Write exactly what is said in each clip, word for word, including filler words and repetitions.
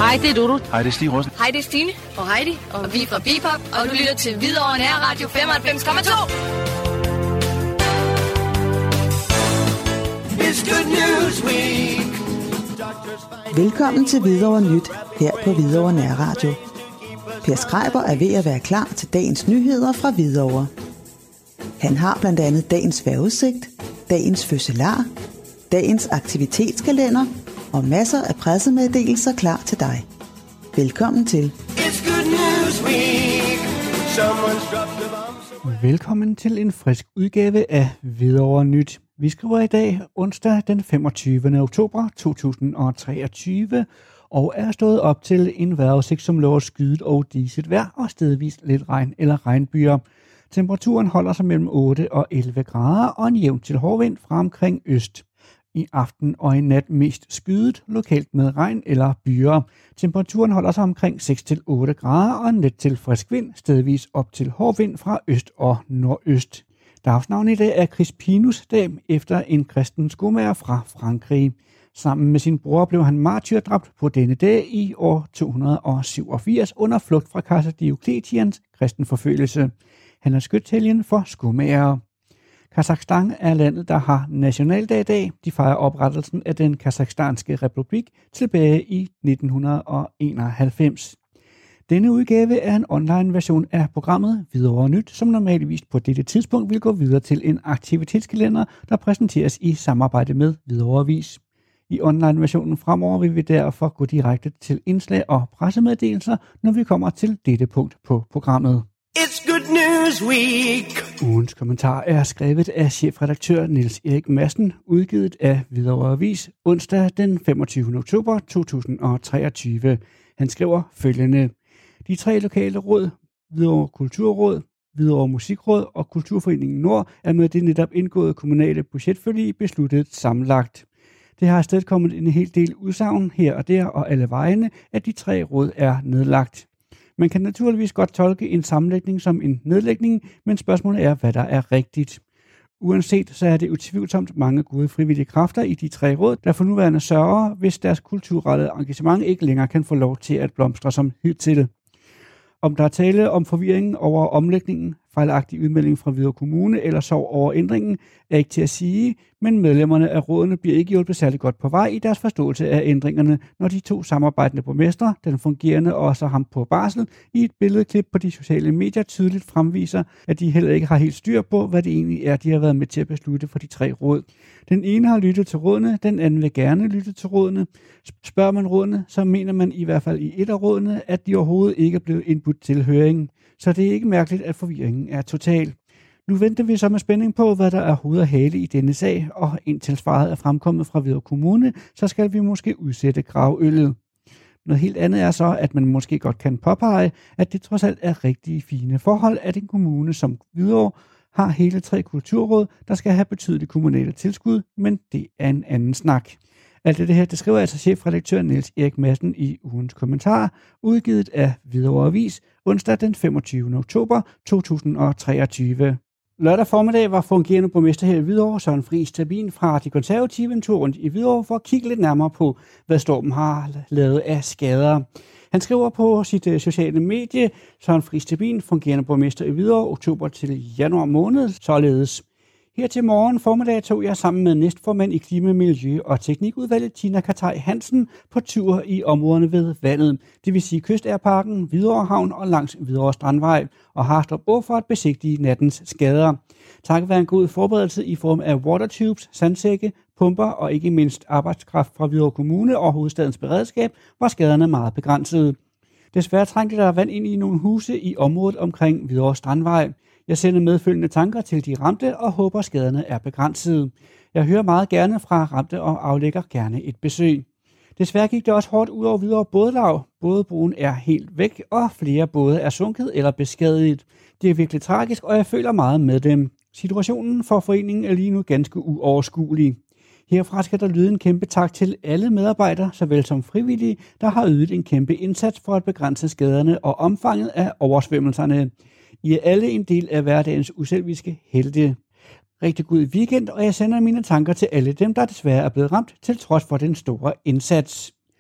Hej, det er Dodo. Hej, det er Stig Rossen. Hej, det er Stine. Og Heidi. Og vi er fra Bebop, og du lytter til Hvidovre Nærradio femoghalvfems komma to. Velkommen til Hvidovre Nyt her på Hvidovre Nærradio. Per Schreiber er ved at være klar til dagens nyheder fra Hvidovre. Han har blandt andet dagens vejrudsigt, dagens fødselar, dagens aktivitetskalender og masser af pressemeddelelser klar til dig. Velkommen til. Velkommen til en frisk udgave af Hvidovre Nyt. Vi skriver i dag onsdag den femogtyvende oktober to tusind og treogtyve og er stået op til en vejrudsigt, som lover skyet og diset vejr og stedvis lidt regn eller regnbyer. Temperaturen holder sig mellem otte og elleve grader og en jævn til hård vind fra omkring øst. I aften og i nat mest skyet, lokalt med regn eller byer. Temperaturen holder sig omkring seks til otte grader og en let til frisk vind, stedvis op til hård vind fra øst og nordøst. Dagsnavnet i dag er Crispinus dag efter en kristen skomager fra Frankrig. Sammen med sin bror blev han martyrdræbt på denne dag i år to hundrede syvogfirs under flugt fra kejser Diokletians kristenforfølgelse. Han er skytshelgen for skomagere. Kazakhstan er landet, der har nationaldag i dag. De fejrer oprettelsen af den kazakhstanske republik tilbage i nitten enoghalvfems. Denne udgave er en online version af programmet Hvidovre Nyt, som normalvis på dette tidspunkt vil gå videre til en aktivitetskalender, der præsenteres i samarbejde med Hvidovre Avis. I online-versionen fremover vil vi derfor gå direkte til indslag og pressemeddelelser, når vi kommer til dette punkt på programmet. It's Good News Week. Ugens kommentar er skrevet af chefredaktør Niels Erik Madsen, udgivet af Hvidovre Avis onsdag den femogtyvende oktober to tusind og treogtyve. Han skriver følgende: De tre lokale råd, Hvidovre Kulturråd, Hvidovre Musikråd og Kulturforeningen Nord, er med det netop indgåede kommunale budgetforlig besluttet sammenlagt. Det har afstedkommet en hel del udsagn her og der og alle vejene, at de tre råd er nedlagt. Man kan naturligvis godt tolke en sammenlægning som en nedlægning, men spørgsmålet er, hvad der er rigtigt. Uanset så er det utvivlsomt mange gode frivillige kræfter i de tre råd, der for nuværende sørger, hvis deres kulturelle engagement ikke længere kan få lov til at blomstre som hidtil. Om der er tale om forvirring over omlægningen, fejlagtig udmelding fra Hvidovre Kommune eller sorg over ændringen, er ikke til at sige, men medlemmerne af rådene bliver ikke hjulpet særlig godt på vej i deres forståelse af ændringerne, når de to samarbejdende borgmestre, den fungerende og så ham på barsel, i et billedklip på de sociale medier tydeligt fremviser, at de heller ikke har helt styr på, hvad det egentlig er, de har været med til at beslutte for de tre råd. Den ene har lyttet til rådene, den anden vil gerne lytte til rådene. Spørger man rådene, så mener man i hvert fald i et af rådene, at de overhovedet ikke er blevet indbudt til høringen. Så det er ikke mærkeligt, at forvirringen er total. Nu venter vi så med spænding på, hvad der er hoved og hale i denne sag, og indtil svaret er fremkommet fra Hvidovre Kommune, så skal vi måske udsætte gravøllet. Noget helt andet er så, at man måske godt kan påpege, at det trods alt er rigtig fine forhold, at en kommune som Hvidovre har hele tre kulturråd, der skal have betydelige kommunale tilskud, men det er en anden snak. Alt det her, det skriver altså chefredaktør Niels Erik Madsen i ugens kommentar, udgivet af Hvidovre Avis onsdag den femogtyvende oktober to tusind og treogtyve. Lørdag formiddag var fungerende borgmester her i Hvidovre, Søren Friis Tabin fra De Konservative, en tur rundt i Hvidovre for at kigge lidt nærmere på, hvad stormen har lavet af skader. Han skriver på sit uh, sociale medie, Søren Friis Tabin, fungerende borgmester i Hvidovre, oktober til januar måned, således. Her til morgen formiddag tog jeg sammen med næstformand i Klima-, Miljø- og Teknikudvalget, Tina Katay Hansen, på tur i områderne ved vandet, det vil sige Kystærparken, Hvidovre Havn og langs Hvidovre Strandvej, og Harstrup Å for at besigtige nattens skader. Takket være en god forberedelse i form af watertubes, sandsække, pumper og ikke mindst arbejdskraft fra Hvidovre Kommune og hovedstadens beredskab, var skaderne meget begrænsede. Desværre trængte der vand ind i nogle huse i området omkring Hvidovre Strandvej. Jeg sender medfølgende tanker til de ramte og håber, skaderne er begrænsede. Jeg hører meget gerne fra ramte og aflægger gerne et besøg. Desværre gik det også hårdt ud over Hvidovre Bådelav. Bådebroen er helt væk, og flere både er sunket eller beskadiget. Det er virkelig tragisk, og jeg føler meget med dem. Situationen for foreningen er lige nu ganske uoverskuelig. Herfra skal der lyde en kæmpe tak til alle medarbejdere, såvel som frivillige, der har ydet en kæmpe indsats for at begrænse skaderne og omfanget af oversvømmelserne. I er alle en del af hverdagens uselviske helte. Rigtig god weekend, og jeg sender mine tanker til alle dem, der desværre er blevet ramt, til trods for den store indsats.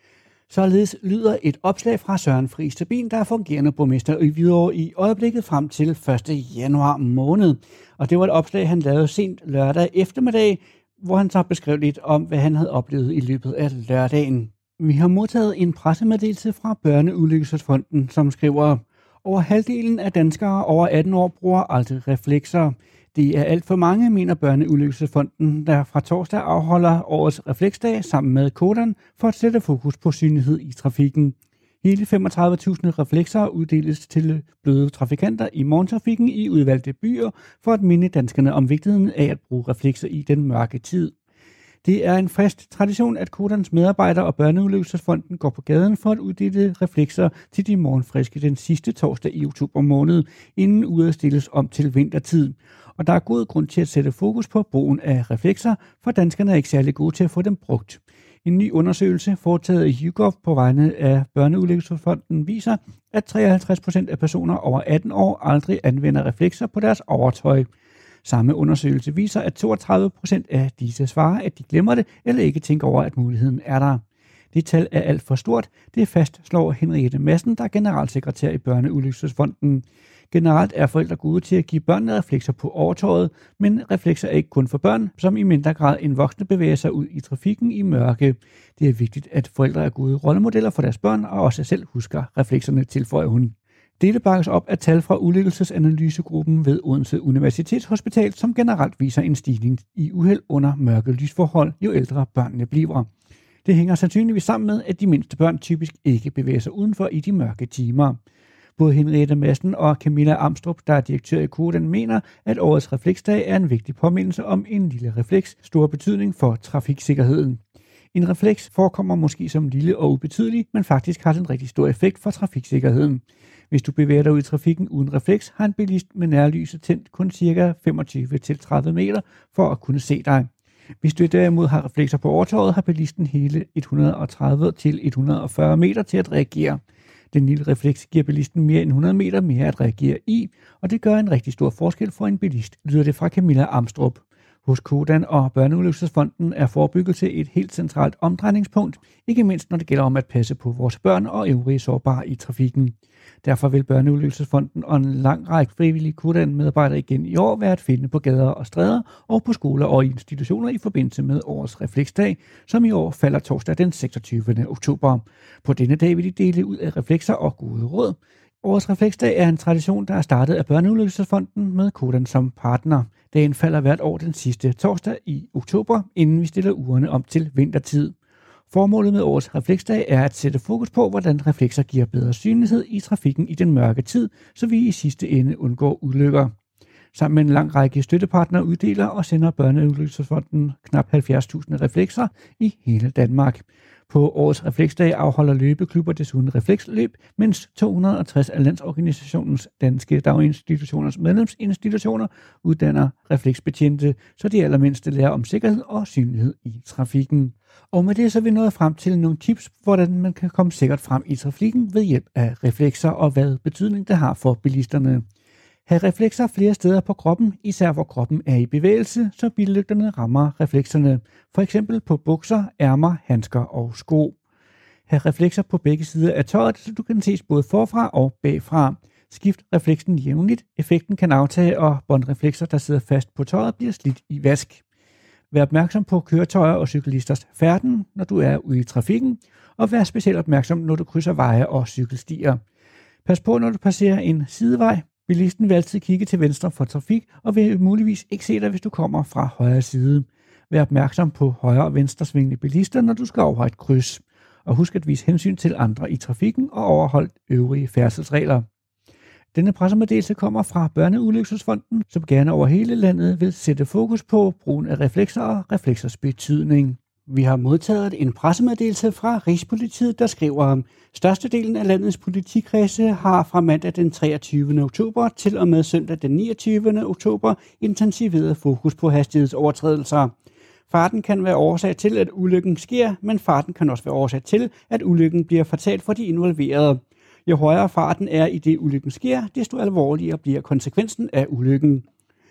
Således lyder et opslag fra Søren Friis Tabin, der er fungerende borgmester i Hvidovre i øjeblikket frem til første januar måned. Og det var et opslag, han lavede sent lørdag eftermiddag, hvor han så beskrev lidt om, hvad han havde oplevet i løbet af lørdagen. Vi har modtaget en pressemeddelelse fra Børneulykkesfonden, som skriver: over halvdelen af danskere over atten år bruger aldrig reflekser. Det er alt for mange, mener Børneulykkesfonden, der fra torsdag afholder årets refleksdag sammen med Codan for at sætte fokus på synlighed i trafikken. Hele femogtredive tusind reflekser uddeles til bløde trafikanter i morgentrafikken i udvalgte byer for at minde danskerne om vigtigheden af at bruge reflekser i den mørke tid. Det er en fast tradition, at Codans medarbejdere og Børneulykkesfonden går på gaden for at uddele reflekser til de morgenfriske den sidste torsdag i oktober måned, inden uret stilles om til vintertid. Og der er god grund til at sætte fokus på brugen af reflekser, for danskerne er ikke særlig gode til at få dem brugt. En ny undersøgelse foretaget i YouGov på vegne af Børneulykkesfonden viser, at treoghalvtreds procent af personer over atten år aldrig anvender reflekser på deres overtøj. Samme undersøgelse viser, at toogtredive procent af disse svarer, at de glemmer det eller ikke tænker over, at muligheden er der. Det tal er alt for stort. Det fastslår Henriette Madsen, der er generalsekretær i Børneulykkesfonden. Generelt er forældre gode til at give børnene reflekser på overtøjet, men reflekser er ikke kun for børn, som i mindre grad end voksne bevæger sig ud i trafikken i mørke. Det er vigtigt, at forældre er gode rollemodeller for deres børn og også selv husker reflekserne, tilføjer hun. Dette bakkes op af tal fra ulykkelsesanalysegruppen ved Odense Universitetshospital, som generelt viser en stigning i uheld under mørke lysforhold, jo ældre børnene bliver. Det hænger sandsynligvis sammen med, at de mindste børn typisk ikke bevæger sig udenfor i de mørke timer. Både Henriette Madsen og Camilla Amstrup, der er direktør i Codan, mener, at årets refleksdag er en vigtig påmindelse om en lille refleks stor betydning for trafiksikkerheden. En refleks forekommer måske som lille og ubetydelig, men faktisk har den rigtig stor effekt for trafiksikkerheden. Hvis du bevæger dig ud i trafikken uden refleks, har en bilist med nærlyset tændt kun ca. femogtyve til tredive meter for at kunne se dig. Hvis du derimod har reflekser på overtøjet, har bilisten hele et hundrede og tredive til et hundrede og fyrre meter til at reagere. Den lille refleks giver bilisten mere end hundrede meter mere at reagere i, og det gør en rigtig stor forskel for en bilist, lyder det fra Camilla Amstrup. Hos Codan og Børneulykkesfonden er forebyggelse et helt centralt omdrejningspunkt, ikke mindst når det gælder om at passe på vores børn og øvrige sårbare i trafikken. Derfor vil Børneulykkesfonden og en lang række frivillige Codan-medarbejdere igen i år være at finde på gader og stræder og på skoler og institutioner i forbindelse med årets refleksdag, som i år falder torsdag den seksogtyvende oktober. På denne dag vil de dele ud af reflekser og gode råd. Årets refleksdag er en tradition, der er startet af Børneulykkesfonden med Codan som partner. Dagen falder hvert år den sidste torsdag i oktober, inden vi stiller ugerne om til vintertid. Formålet med årets refleksdag er at sætte fokus på, hvordan reflekser giver bedre synlighed i trafikken i den mørke tid, så vi i sidste ende undgår ulykker. Sammen med en lang række støttepartnere uddeler og sender Børneulykkesfonden knap halvfjerds tusind reflekser i hele Danmark. På årets refleksdag afholder løbeklubber desuden refleksløb, mens to hundrede og tres af landsorganisationens danske daginstitutioners medlemsinstitutioner uddanner refleksbetjente, så de allermindste lærer om sikkerhed og synlighed i trafikken. Og med det så er vi nået frem til nogle tips, hvordan man kan komme sikkert frem i trafikken ved hjælp af reflekser og hvad betydning det har for bilisterne. Ha' reflekser flere steder på kroppen, især hvor kroppen er i bevægelse, så billygterne rammer reflekserne. For eksempel på bukser, ærmer, handsker og sko. Ha' reflekser på begge sider af tøjet, så du kan ses både forfra og bagfra. Skift refleksen jævnligt. Effekten kan aftage, og båndreflekser, der sidder fast på tøjet, bliver slidt i vask. Vær opmærksom på køretøjer og cyklisters færden, når du er ude i trafikken, og vær specielt opmærksom, når du krydser veje og cykelstier. Pas på, når du passerer en sidevej. Bilisten vil altid kigge til venstre for trafik, og vil muligvis ikke se dig, hvis du kommer fra højre side. Vær opmærksom på højre og venstre svingende bilister, når du skal over et kryds. Og husk at vise hensyn til andre i trafikken og overholde øvrige færdselsregler. Denne pressemeddelelse kommer fra Børneulykkesfonden, som gerne over hele landet vil sætte fokus på brugen af reflekser og refleksers betydning. Vi har modtaget en pressemeddelelse fra Rigspolitiet, der skriver, størstedelen af landets politikredse har fra mandag den treogtyvende oktober til og med søndag den niogtyvende oktober intensiveret fokus på hastighedsovertrædelser. Farten kan være årsag til, at ulykken sker, men farten kan også være årsag til, at ulykken bliver fatalt for de involverede. Jo højere farten er i det ulykken sker, desto alvorligere bliver konsekvensen af ulykken.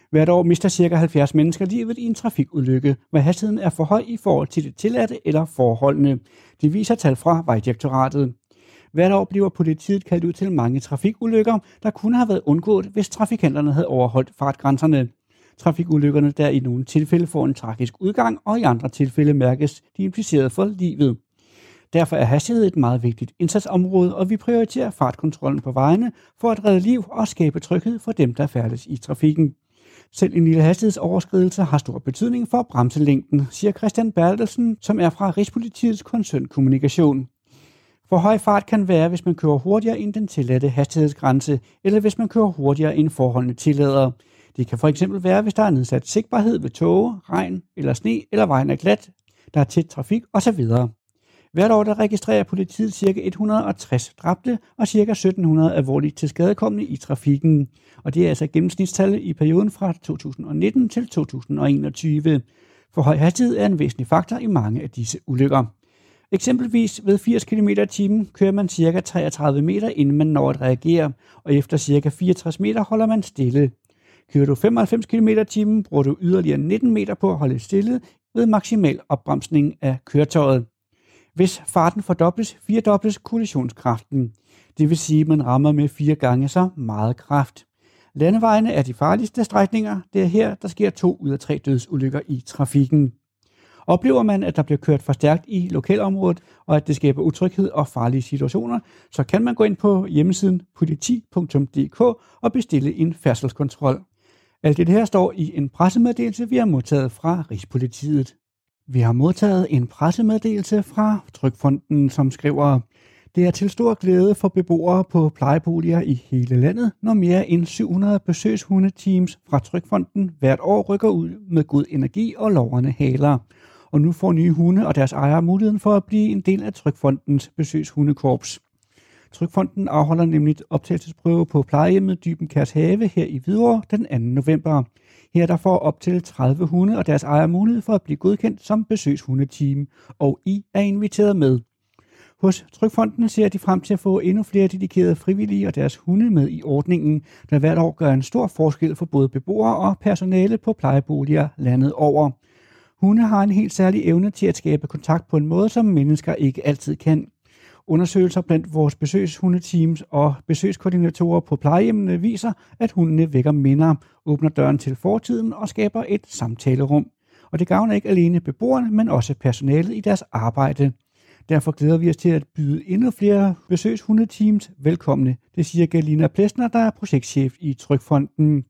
Hvert år mister ca. halvfjerds mennesker livet i en trafikulykke, hvor hastigheden er for høj i forhold til det tilladte eller forholdene. Det viser tal fra Vejdirektoratet. Hvert år bliver politiet kaldt ud til mange trafikulykker, der kunne have været undgået, hvis trafikanterne havde overholdt fartgrænserne. Trafikulykkerne, der i nogle tilfælde får en tragisk udgang, og i andre tilfælde mærkes de implicerede for livet. Derfor er hastighed et meget vigtigt indsatsområde, og vi prioriterer fartkontrollen på vejene for at redde liv og skabe tryghed for dem, der færdes i trafikken. Selv en lille hastighedsoverskridelse har stor betydning for bremselængden, siger Christian Bertelsen, som er fra Rigspolitiets koncernkommunikation. For høj fart kan være, hvis man kører hurtigere end den tilladte hastighedsgrænse, eller hvis man kører hurtigere end forholdene tillader. Det kan for eksempel være, hvis der er nedsat sigtbarhed ved tåge, regn eller sne, eller vejen er glat, der er tæt trafik osv. Hvert år der registrerer politiet ca. et hundrede og tres dræbte og ca. sytten hundrede alvorligt tilskadekomne i trafikken. Og det er altså gennemsnitstallet i perioden fra to tusind og nitten til to tusind og enogtyve. For høj hastighed er en væsentlig faktor i mange af disse ulykker. Eksempelvis ved firs kilometer i timen kører man ca. treogtredive meter, inden man når at reagere, og efter ca. fireogtres meter holder man stille. Kører du femoghalvfems kilometer i timen, bruger du yderligere nitten meter på at holde stille ved maksimal opbremsning af køretøjet. Hvis farten fordobles, firedobles kollisionskraften. Det vil sige, at man rammer med fire gange så meget kraft. Landevejene er de farligste strækninger. Det er her, der sker to ud af tre dødsulykker i trafikken. Oplever man, at der bliver kørt for stærkt i lokalområdet, og at det skaber utryghed og farlige situationer, så kan man gå ind på hjemmesiden politi punktum d k og bestille en færdselskontrol. Alt det her står i en pressemeddelelse, vi har modtaget fra Rigspolitiet. Vi har modtaget en pressemeddelelse fra Trygfonden, som skriver: Det er til stor glæde for beboere på plejeboliger i hele landet, når mere end syv hundrede besøgshundeteams fra Trygfonden hvert år rykker ud med god energi og lovrende haler. Og nu får nye hunde og deres ejere muligheden for at blive en del af Trygfondens besøgshundekorps. Trygfonden afholder nemlig et optagelsesprøve på plejehjemmet Dybenkærs Have her i Hvidovre den anden november. Her der får op til tredive hunde og deres ejere mulighed for at blive godkendt som besøgshundeteam, og I er inviteret med. Hos Trygfonden ser de frem til at få endnu flere dedikerede frivillige og deres hunde med i ordningen, der hvert år gør en stor forskel for både beboere og personale på plejeboliger landet over. Hunde har en helt særlig evne til at skabe kontakt på en måde, som mennesker ikke altid kan. Undersøgelser blandt vores besøgshundeteams og besøgskoordinatorer på plejehjemmene viser, at hundene vækker minder, åbner døren til fortiden og skaber et samtalerum. Og det gavner ikke alene beboerne, men også personalet i deres arbejde. Derfor glæder vi os til at byde endnu flere besøgshundeteams velkomne. Det siger Galina Plesner, der er projektchef i Trygfonden.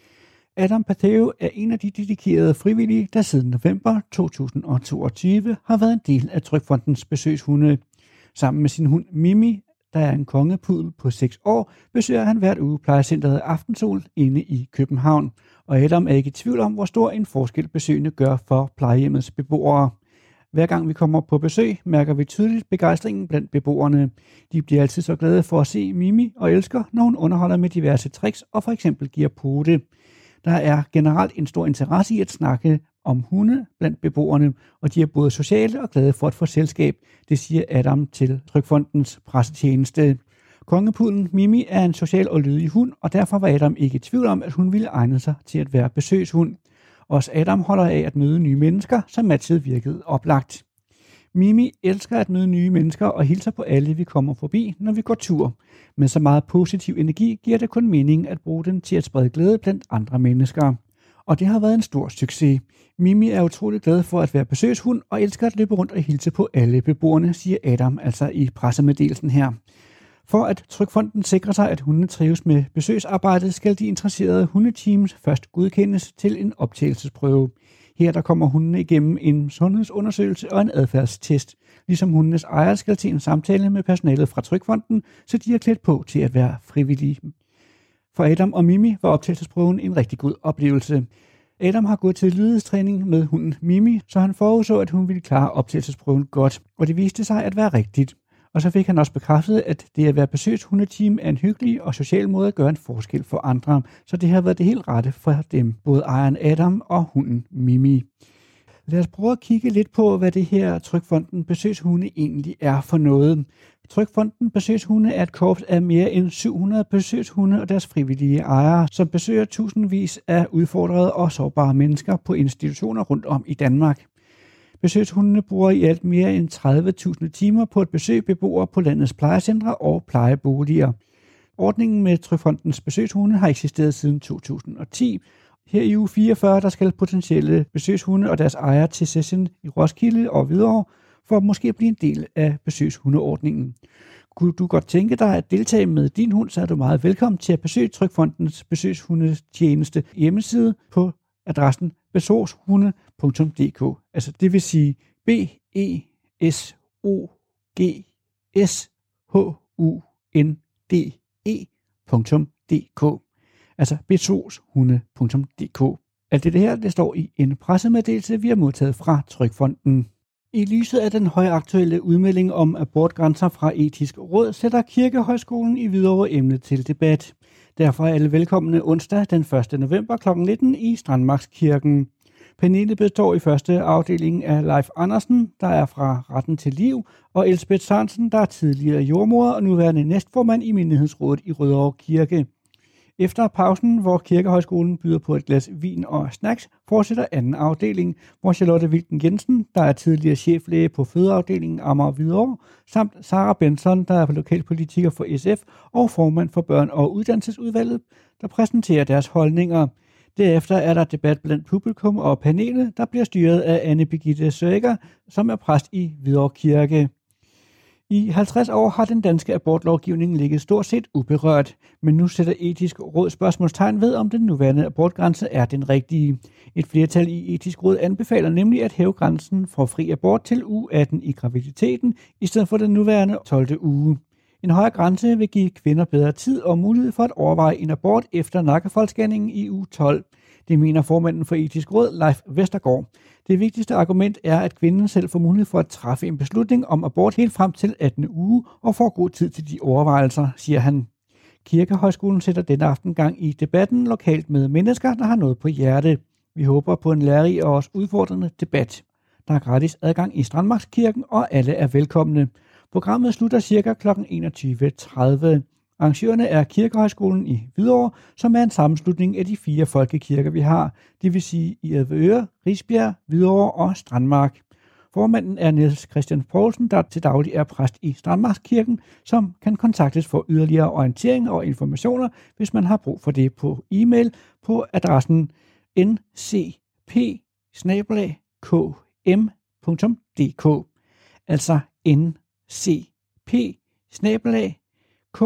Adam Patheo er en af de dedikerede frivillige, der siden november to tusind og toogtyve har været en del af Trygfondens besøgshunde. Sammen med sin hund Mimi, der er en kongepudel på seks år, besøger han hvert uge plejecentret Aftensol inde i København. Og Adam er ikke i tvivl om, hvor stor en forskel besøgende gør for plejehjemmets beboere. Hver gang vi kommer på besøg, mærker vi tydeligt begejstringen blandt beboerne. De bliver altid så glade for at se Mimi og elsker, når hun underholder med diverse tricks og for eksempel giver pote. Der er generelt en stor interesse i at snakke om hunde blandt beboerne, og de er både sociale og glade for at få selskab, det siger Adam til Trygfondens pressetjeneste. Kongepudlen Mimi er en social og lydig hund, og derfor var Adam ikke i tvivl om, at hun ville egne sig til at være besøgshund. Også Adam holder af at møde nye mennesker, så matchet virkede oplagt. Mimi elsker at møde nye mennesker og hilser på alle, vi kommer forbi, når vi går tur. Med så meget positiv energi giver det kun mening at bruge den til at sprede glæde blandt andre mennesker. Og det har været en stor succes. Mimi er utrolig glad for at være besøgshund og elsker at løbe rundt og hilse på alle beboerne, siger Adam altså i pressemeddelelsen her. For at Trygfonden sikrer sig, at hundene trives med besøgsarbejdet, skal de interesserede hundeteams først godkendes til en optagelsesprøve. Her der kommer hundene igennem en sundhedsundersøgelse og en adfærdstest, ligesom hundenes ejer skal til en samtale med personalet fra Trygfonden, så de er klædt på til at være frivillige. For Adam og Mimi var optagelsesprøven en rigtig god oplevelse. Adam har gået til lydighedstræning med hunden Mimi, så han forudså, at hun ville klare optagelsesprøven godt, og det viste sig at være rigtigt. Og så fik han også bekræftet, at det at være besøgshundeteam er en hyggelig og social måde at gøre en forskel for andre, så det har været det helt rette for dem, både ejeren Adam og hunden Mimi. Lad os prøve at kigge lidt på, hvad det her Trygfonden besøgshunde egentlig er for noget. Trygfonden Besøgshunde er et korps af mere end syv hundrede besøgshunde og deres frivillige ejere, som besøger tusindvis af udfordrede og sårbare mennesker på institutioner rundt om i Danmark. Besøgshundene bruger i alt mere end tredive tusind timer på at besøge beboere på landets plejecentre og plejeboliger. Ordningen med Trygfondens besøgshunde har eksisteret siden to tusind og ti. Her i uge fireogfyrre der skal potentielle besøgshunde og deres ejere til session i Roskilde og Hvidovre for måske at blive en del af besøgshundeordningen. Kunne du godt tænke dig at deltage med din hund, så er du meget velkommen til at besøge Trygfondens besøgshundetjeneste hjemmeside på adressen besøgshunde punktum d k. Altså det vil sige B E S O G S H U N D E punktum d k. Altså besøgshunde punktum d k. Alt det her, det står i en pressemeddelelse, vi har modtaget fra Trygfonden. I lyset af den højaktuelle udmelding om abortgrænser fra Etisk Råd, sætter Kirkehøjskolen i Hvidovre emnet til debat. Derfor er alle velkomne onsdag den første november klokken nitten i Strandmarkskirken. Panelet består i første afdeling af Leif Andersen, der er fra Retten til Liv, og Elsbeth Sørensen, der er tidligere jordmoder og nuværende næstformand i menighedsrådet i Rødovre Kirke. Efter pausen, hvor Kirkehøjskolen byder på et glas vin og snacks, fortsætter anden afdeling, hvor Charlotte Wilken Jensen, der er tidligere cheflæge på fødeafdelingen Amager Hvidovre, samt Sara Benson, der er lokalpolitiker for S F og formand for børn- og uddannelsesudvalget, der præsenterer deres holdninger. Derefter er der debat blandt publikum og panelet, der bliver styret af Anne Birgitte Søger, som er præst i Hvidovre Kirke. I halvtreds år har den danske abortlovgivning ligget stort set uberørt, men nu sætter Etisk Råd spørgsmålstegn ved, om den nuværende abortgrænse er den rigtige. Et flertal i Etisk Råd anbefaler nemlig at hæve grænsen for fri abort til uge atten i graviditeten, i stedet for den nuværende tolvte uge. En højere grænse vil give kvinder bedre tid og mulighed for at overveje en abort efter nakkefoldsscanningen i uge tolv. Det mener formanden for Etisk Råd, Leif Vestergaard. Det vigtigste argument er, at kvinden selv får mulighed for at træffe en beslutning om abort helt frem til attende uge og får god tid til de overvejelser, siger han. Kirkehøjskolen sætter denne aften gang i debatten lokalt med mennesker, der har noget på hjerte. Vi håber på en lærerig og også udfordrende debat. Der er gratis adgang i Strandmarkskirken, og alle er velkomne. Programmet slutter ca. kl. enogtyve tredive. Arrangørerne er Kirkehøjskolen i Hvidovre, som er en sammenslutning af de fire folkekirker, vi har, det vil sige i Avedøre, Risbjerg, Hvidovre og Strandmark. Formanden er Niels Christian Poulsen, der til daglig er præst i Strandmarkskirken, som kan kontaktes for yderligere orientering og informationer, hvis man har brug for det på e-mail på adressen n c p bindestreg k m punktum d k. Altså n c p bindestreg k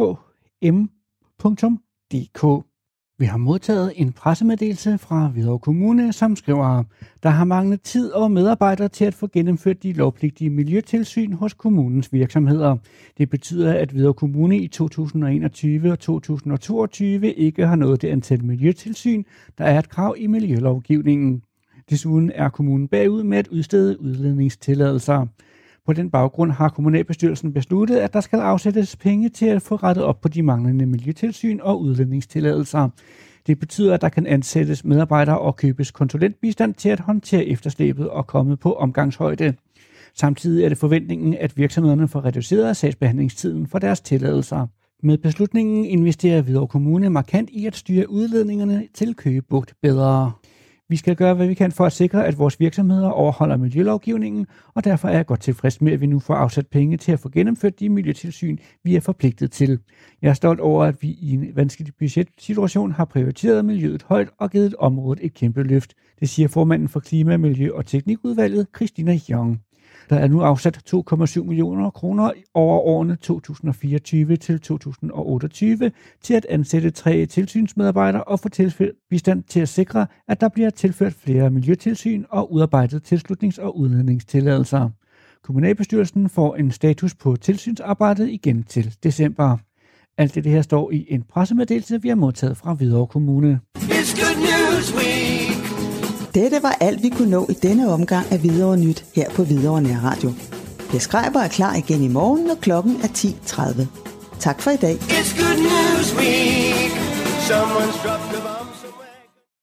m punktum d k. Vi har modtaget en pressemeddelelse fra Hvidovre Kommune, som skriver, der har manglet tid og medarbejdere til at få gennemført de lovpligtige miljøtilsyn hos kommunens virksomheder. Det betyder, at Hvidovre Kommune i to tusind og enogtyve og to tusind og toogtyve ikke har nået det antal miljøtilsyn, der er et krav i miljølovgivningen. Desuden er kommunen bagud med at udstede udledningstilladelser. På den baggrund har kommunalbestyrelsen besluttet, at der skal afsættes penge til at få rettet op på de manglende miljøtilsyn og udledningstilladelser. Det betyder, at der kan ansættes medarbejdere og købes konsulentbistand til at håndtere efterslæbet og komme på omgangshøjde. Samtidig er det forventningen, at virksomhederne får reduceret sagsbehandlingstiden for deres tilladelser. Med beslutningen investerer Hvidovre Kommune markant i at styre udledningerne til Køge Bugt bedre. Vi skal gøre, hvad vi kan for at sikre, at vores virksomheder overholder miljølovgivningen, og derfor er jeg godt tilfreds med, at vi nu får afsat penge til at få gennemført de miljøtilsyn, vi er forpligtet til. Jeg er stolt over, at vi i en vanskelig budgetsituation har prioriteret miljøet højt og givet området et kæmpe løft. Det siger formanden for Klima-, Miljø- og Teknikudvalget, Christina Young. Der er nu afsat to komma syv millioner kroner over årene to tusind og fireogtyve til to tusind og otteogtyve til at ansætte tre tilsynsmedarbejdere og få tilført bistand til at sikre, at der bliver tilført flere miljøtilsyn og udarbejdet tilslutnings- og udledningstilladelser. Kommunalbestyrelsen får en status på tilsynsarbejdet igen til december. Alt det her står i en pressemeddelelse, vi har modtaget fra Hvidovre Kommune. It's good news week. Dette var alt, vi kunne nå i denne omgang af Hvidovre Nyt her på Hvidovre Nærradio. Per Schreiber er klar igen i morgen, når klokken er ti tredive. Tak for i dag. It's good news week. Someone's dropped the bomb.